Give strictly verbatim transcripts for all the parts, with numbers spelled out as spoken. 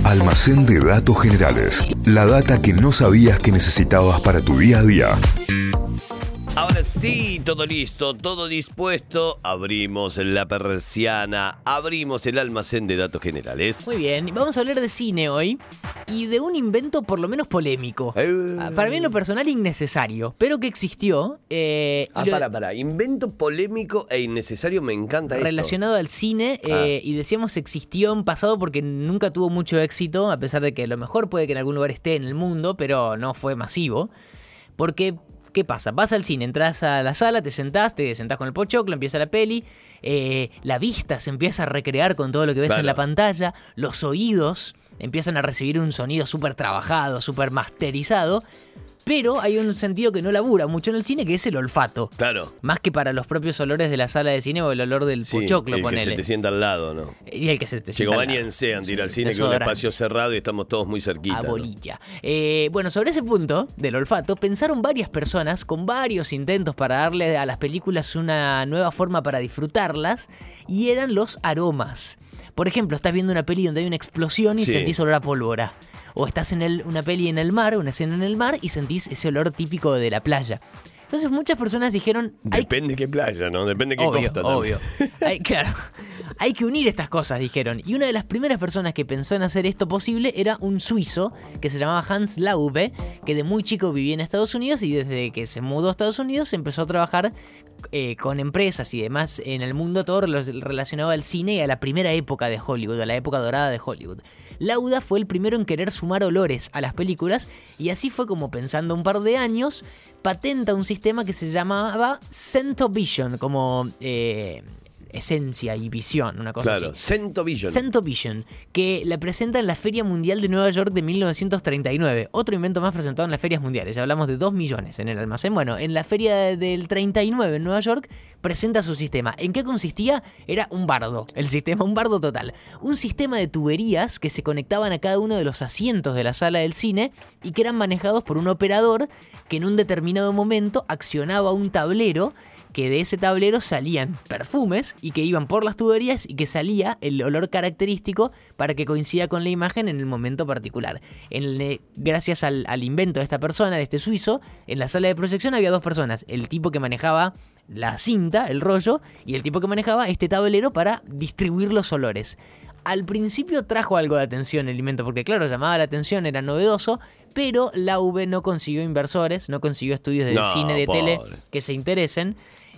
Almacén de datos generales. La data que no sabías que necesitabas para tu día a día. Ahora sí, todo listo, todo dispuesto. Abrimos la persiana, abrimos el almacén de datos generales. Muy bien, vamos a hablar de cine hoy y de un invento por lo menos polémico. Eh. Para mí en lo personal innecesario, pero que existió. Eh, Ah, lo- para, para. Invento polémico e innecesario, me encanta esto. relacionado al cine eh, y decíamos existió en pasado porque nunca tuvo mucho éxito, a pesar de que a lo mejor puede que en algún lugar esté en el mundo, pero no fue masivo. Porque, ¿qué pasa? Vas al cine, entras a la sala, te sentás, te sentás con el pochoclo, empieza la peli, eh, la vista se empieza a recrear con todo lo que ves Claro. en la pantalla, los oídos empiezan a recibir un sonido súper trabajado, súper masterizado, pero hay un sentido que no labura mucho en el cine, que es el olfato. Claro. Más que para los propios olores de la sala de cine o el olor del Sí, pochoclo, el que ponele. se te sienta al lado, ¿no? Y el que se te sienta al lado. Chico, antes de ir al Sí, cine, que es un desodorante. espacio cerrado y estamos todos muy cerquita. A ¿no? bolilla. Eh, bueno, sobre ese punto del olfato, pensaron varias personas con varios intentos para darle a las películas una nueva forma para disfrutarlas, y eran los aromas. Por ejemplo, estás viendo una peli donde hay una explosión y Sí. sentís olor a pólvora. O estás en el- una peli en el mar, una escena en el mar, y sentís ese olor típico de la playa. Entonces muchas personas dijeron... hay Depende qué playa, ¿no? Depende qué Obvio, costa también. obvio. Hay, claro, hay que unir estas cosas, dijeron. Y una de las primeras personas que pensó en hacer esto posible era un suizo que se llamaba Hans Laube, que de muy chico vivía en Estados Unidos y desde que se mudó a Estados Unidos empezó a trabajar eh, con empresas y demás en el mundo, todo relo- relacionado al cine y a la primera época de Hollywood, a la época dorada de Hollywood. Lauda fue el primero en querer sumar olores a las películas y así fue como, pensando un par de años, patenta un sistema que se llamaba Scentovision, como eh, esencia y visión, una cosa Claro, así. Scentovision. Scentovision, que la presenta en la Feria Mundial de Nueva York de mil novecientos treinta y nueve. Otro invento más presentado en las ferias mundiales. Ya hablamos de dos millones en el almacén. Bueno, en la Feria del treinta y nueve en Nueva York presenta su sistema. ¿En qué consistía? Era un bardo. El sistema, un bardo total. Un sistema de tuberías que se conectaban a cada uno de los asientos de la sala del cine y que eran manejados por un operador que en un determinado momento accionaba un tablero, que de ese tablero salían perfumes y que iban por las tuberías y que salía el olor característico para que coincida con la imagen en el momento particular. En el- gracias al, al invento de esta persona, de este suizo, en la sala de proyección había dos personas: el tipo que manejaba la cinta, el rollo, y el tipo que manejaba este tablero para distribuir los olores. Al principio trajo algo de atención el invento, porque claro, llamaba la atención, era novedoso, pero la U B no consiguió inversores, no consiguió estudios de No, cine, de pobre. tele que se interesen,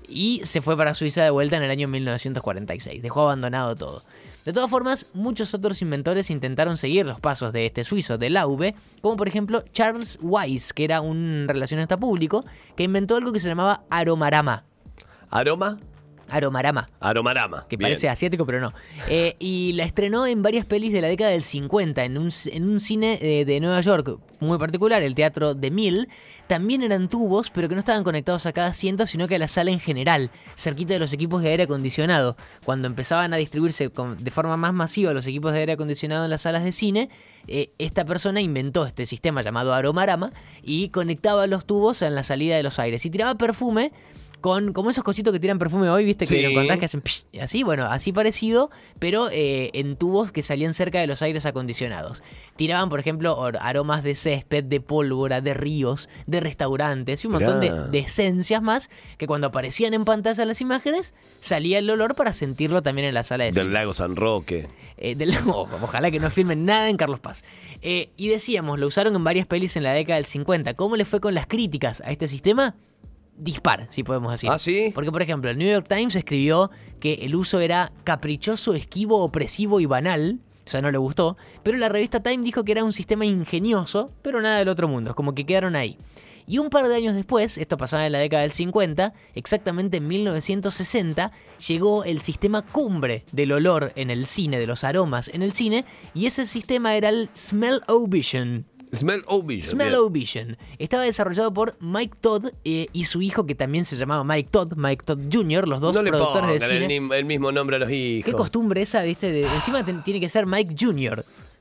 y se fue para Suiza de vuelta en el año mil novecientos cuarenta y seis. Dejó abandonado todo. De todas formas, muchos otros inventores intentaron seguir los pasos de este suizo, de Laube, como por ejemplo Charles Weiss, que era un relacionista público, que inventó algo que se llamaba aromarama. ¿Aroma? Aromarama. Aromarama. Que Bien. parece asiático, pero no. Eh, y la estrenó en varias pelis de la década del cincuenta, en un, en un cine eh, de Nueva York muy particular, el Teatro de Mil. También eran tubos, pero que no estaban conectados a cada asiento, sino que a la sala en general, cerquita de los equipos de aire acondicionado. Cuando empezaban a distribuirse con, de forma más masiva los equipos de aire acondicionado en las salas de cine, eh, esta persona inventó este sistema llamado aromarama y conectaba los tubos en la salida de los aires. Y tiraba perfume con como esos cositos que tiran perfume hoy, viste, que Sí. lo encontrás que hacen psh, así, bueno, así parecido, pero eh, en tubos que salían cerca de los aires acondicionados. Tiraban, por ejemplo, or- aromas de césped, de pólvora, de ríos, de restaurantes y un montón de, Mirá. de esencias más que cuando aparecían en pantalla las imágenes salía el olor para sentirlo también en la sala de cine. Del lago San Roque. Eh, del- o- ojalá que no filmen nada en Carlos Paz. Eh, y decíamos, lo usaron en varias pelis en la década del cincuenta. ¿Cómo le fue con las críticas a este sistema? Dispar, si podemos decir. ¿Ah, sí? Porque, por ejemplo, el New York Times escribió que el uso era caprichoso, esquivo, opresivo y banal. O sea, no le gustó. Pero la revista Time dijo que era un sistema ingenioso, pero nada del otro mundo. Es como que quedaron ahí. Y un par de años después, esto pasaba en la década del cincuenta, exactamente en mil novecientos sesenta, llegó el sistema cumbre del olor en el cine, de los aromas en el cine, y ese sistema era el Smell-O-Vision. Smell-O-Vision. Smell-O-Vision. Estaba desarrollado por Mike Todd eh, y su hijo, que también se llamaba Mike Todd, Mike Todd junior, los dos No le productores pongan de cine. el, nim- el mismo nombre a los hijos. Qué costumbre esa, ¿viste? De- encima ten- tiene que ser Mike junior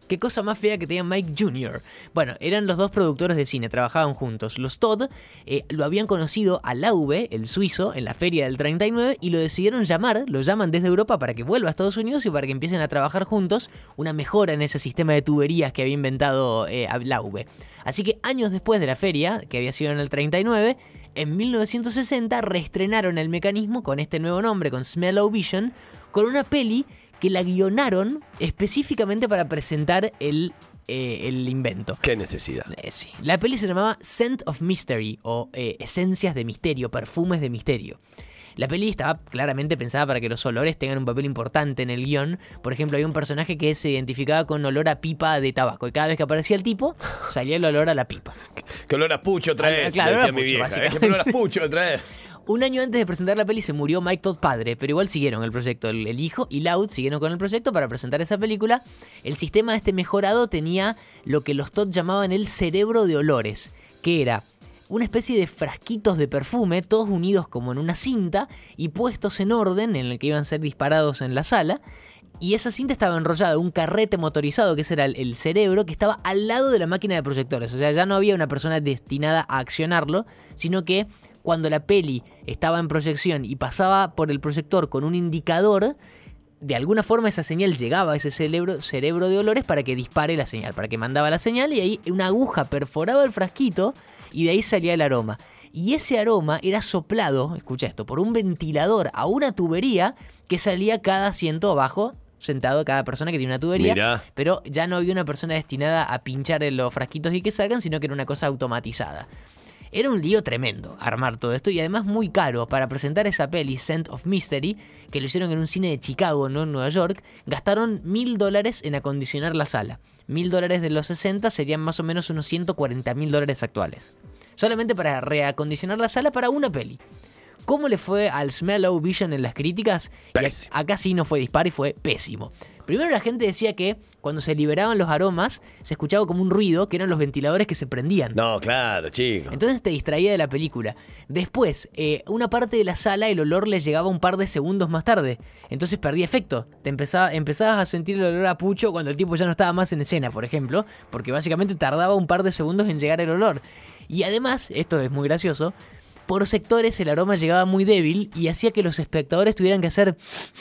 Qué cosa más fea que tenía Mike junior Bueno, eran los dos productores de cine, trabajaban juntos. Los Todd eh, lo habían conocido a Laube, el suizo, en la feria del treinta y nueve y lo decidieron llamar, lo llaman desde Europa para que vuelva a Estados Unidos y para que empiecen a trabajar juntos una mejora en ese sistema de tuberías que había inventado eh, Laube. Así que años después de la feria, que había sido en el treinta y nueve, en mil novecientos sesenta reestrenaron el mecanismo con este nuevo nombre, con Smell-O-Vision, con una peli que la guionaron específicamente para presentar el, eh, el invento. ¿Qué necesidad? Eh, sí. La peli se llamaba Scent of Mystery o eh, Esencias de Misterio, Perfumes de Misterio. La peli estaba claramente pensada para que los olores tengan un papel importante en el guión. Por ejemplo, había un personaje que se identificaba con olor a pipa de tabaco y cada vez que aparecía el tipo, salía el olor a la pipa. ¿Qué olor a pucho traes? Ah, claro, decía olor a mi pucho, vieja. básicamente. ¿Qué olor a pucho traes? Un año antes de presentar la peli se murió Mike Todd padre, pero igual siguieron el proyecto. El, el hijo y Loud siguieron con el proyecto para presentar esa película. El sistema de este mejorado tenía lo que los Todd llamaban el cerebro de olores, que era una especie de frasquitos de perfume, todos unidos como en una cinta y puestos en orden en el que iban a ser disparados en la sala. Y esa cinta estaba enrollada en un carrete motorizado, que ese era el, el cerebro, que estaba al lado de la máquina de proyectores. O sea, ya no había una persona destinada a accionarlo, sino que cuando la peli estaba en proyección y pasaba por el proyector con un indicador, de alguna forma esa señal llegaba a ese cerebro, cerebro de olores para que dispare la señal, para que mandaba la señal y ahí una aguja perforaba el frasquito y de ahí salía el aroma. Y ese aroma era soplado, escucha esto, por un ventilador a una tubería que salía cada asiento abajo, sentado cada persona que tiene una tubería. Mirá. Pero ya no había una persona destinada a pinchar en los frasquitos y que salgan, sino que era una cosa automatizada. Era un lío tremendo armar todo esto y además muy caro. Para presentar esa peli, Scent of Mystery, que lo hicieron en un cine de Chicago, no en Nueva York, gastaron mil dólares en acondicionar la sala. Mil dólares de los sesenta serían más o menos unos ciento cuarenta mil dólares actuales. Solamente para reacondicionar la sala para una peli. ¿Cómo le fue al Smell-O-Vision en las críticas? Pésimo. Acá sí no fue dispar y fue pésimo. Primero la gente decía que cuando se liberaban los aromas se escuchaba como un ruido, que eran los ventiladores que se prendían. No, claro, chico. Entonces te distraía de la película. Después, eh, una parte de la sala el olor le llegaba un par de segundos más tarde. Entonces perdía efecto. Te empezaba, empezabas a sentir el olor a pucho cuando el tipo ya no estaba más en escena, por ejemplo, porque básicamente tardaba un par de segundos en llegar el olor. Y además, esto es muy gracioso, por sectores el aroma llegaba muy débil y hacía que los espectadores tuvieran que hacer...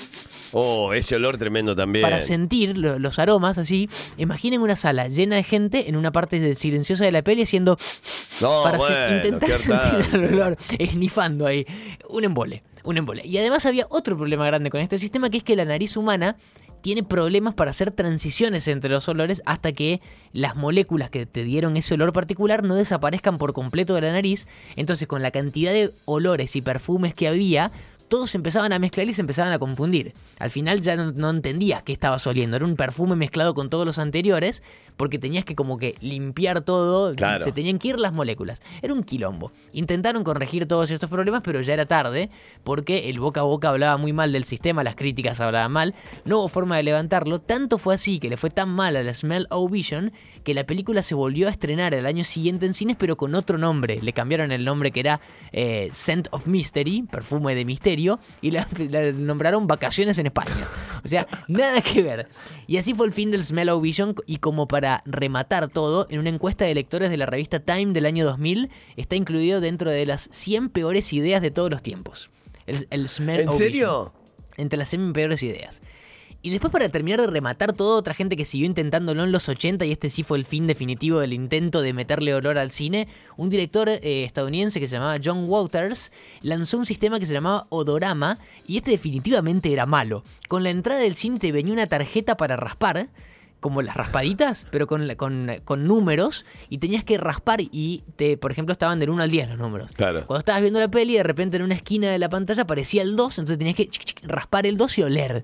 Oh, ese olor tremendo también. Para sentir lo, los aromas así. Imaginen una sala llena de gente en una parte silenciosa de la peli haciendo... No, para bueno, se- intentar qué sentir hartante. el olor, esnifando ahí. Un embole, un embole. Y además había otro problema grande con este sistema, que es que la nariz humana tiene problemas para hacer transiciones entre los olores hasta que las moléculas que te dieron ese olor particular no desaparezcan por completo de la nariz. Entonces, con la cantidad de olores y perfumes que había, todos se empezaban a mezclar y se empezaban a confundir. Al final ya no, no entendías qué estabas oliendo. Era un perfume mezclado con todos los anteriores, porque tenías que como que limpiar todo. Claro. Se tenían que ir las moléculas. Era un quilombo. Intentaron corregir todos estos problemas, pero ya era tarde, porque el boca a boca hablaba muy mal del sistema, las críticas hablaban mal, no hubo forma de levantarlo. Tanto fue así que le fue tan mal a la Smell-O-Vision que la película se volvió a estrenar el año siguiente en cines, pero con otro nombre. Le cambiaron el nombre, que era eh, Scent of Mystery, perfume de misterio, y la, la nombraron Vacaciones en España. O sea, nada que ver. Y así fue el fin del Smell-O-Vision. Y como para rematar todo, en una encuesta de lectores de la revista Time del año dos mil, está incluido dentro de las cien peores ideas de todos los tiempos. El, el Smell-O-Vision. ¿En serio? Entre las cien peores ideas. Y después, para terminar de rematar todo, otra gente que siguió intentándolo en los ochenta, y este sí fue el fin definitivo del intento de meterle olor al cine, un director eh, estadounidense que se llamaba John Waters lanzó un sistema que se llamaba Odorama, y este definitivamente era malo. Con la entrada del cine te venía una tarjeta para raspar, como las raspaditas, pero con, la- con, con números, y tenías que raspar y, te, por ejemplo, estaban del uno al diez los números. Claro. Cuando estabas viendo la peli, de repente en una esquina de la pantalla aparecía el dos, entonces tenías que chic, chic, raspar el dos y oler.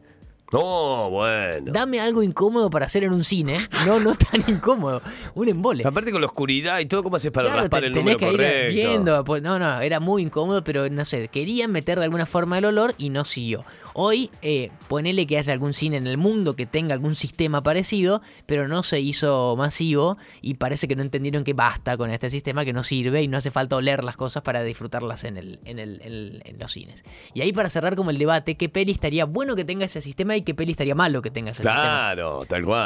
No, bueno. Dame algo incómodo para hacer en un cine. No, no tan incómodo. Un embole. Aparte con la oscuridad y todo, ¿cómo haces para Claro, raspar te- el tenés número que ir correcto? viendo. pues, no, no, era muy incómodo, pero no sé, querían meter de alguna forma el olor y no siguió. Hoy, eh, ponele que haya algún cine en el mundo que tenga algún sistema parecido, pero no se hizo masivo y parece que no entendieron que basta con este sistema, que no sirve y no hace falta oler las cosas para disfrutarlas en, el, en, el, en, el- en los cines. Y ahí, para cerrar como el debate, ¿qué peli estaría bueno que tenga ese sistema y qué peli estaría malo que tenga ese sistema? Claro, tal cual.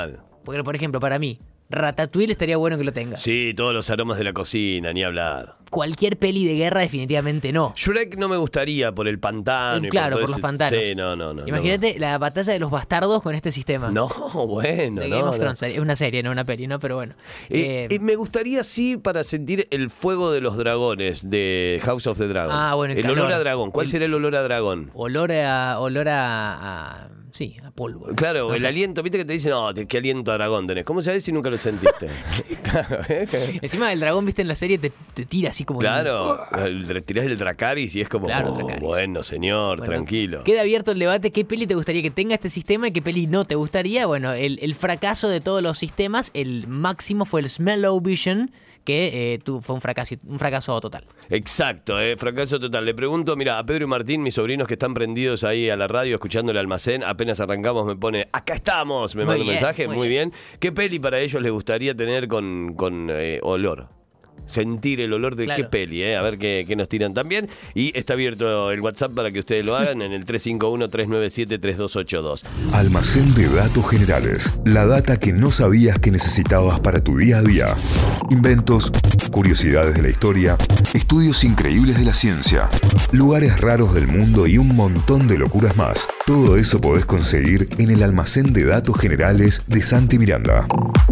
Porque, por ejemplo, para mí, Ratatouille estaría bueno que lo tenga. Sí, todos los aromas de la cocina, ni hablar. Cualquier peli de guerra definitivamente no. Shrek no me gustaría por el pantano. Claro, y por, por los pantanos. Sí, no, no, no. Imagínate no. la batalla de los bastardos con este sistema. No, bueno, de no. Game of no. Thrones. Es una serie, no una peli, ¿no? Pero bueno. Eh, Eh, eh, me gustaría, sí, para sentir el fuego de los dragones de House of the Dragon. Ah, bueno, el el calor. olor a dragón. ¿Cuál El- será el olor a dragón? olor a. olor a. a- sí, a polvo. ¿no? Claro, No el sé. aliento, viste que te dicen, no, te- qué aliento a dragón tenés. ¿Cómo sabés si nunca lo sentiste? Claro, ¿eh? Encima el dragón, viste, en la serie te, te tira así como. Claro, el- tirás el Dracarys y es como, Claro, oh, Dracarys. bueno, señor, Bueno, tranquilo. Queda abierto el debate qué peli te gustaría que tenga este sistema y qué peli no te gustaría. Bueno, el, el fracaso de todos los sistemas, el máximo fue el Smell-O-Vision, que eh, tu- fue un fracaso, un fracaso total. Exacto, eh, fracaso total. Le pregunto, mira, a Pedro y Martín, mis sobrinos que están prendidos ahí a la radio escuchando el almacén, apenas arrancamos me pone, acá estamos, me Muy manda un bien, mensaje, muy muy bien. ¿Qué peli para ellos les gustaría tener con, con eh, olor? Sentir el olor de Claro. qué peli, eh? A ver qué, qué nos tiran también. Y está abierto el WhatsApp para que ustedes lo hagan en el tres cinco uno, tres nueve siete, tres dos ocho dos. Almacén de datos generales. La data que no sabías que necesitabas para tu día a día. Inventos, curiosidades de la historia, estudios increíbles de la ciencia, lugares raros del mundo y un montón de locuras más. Todo eso podés conseguir en el Almacén de Datos Generales de Santi Miranda.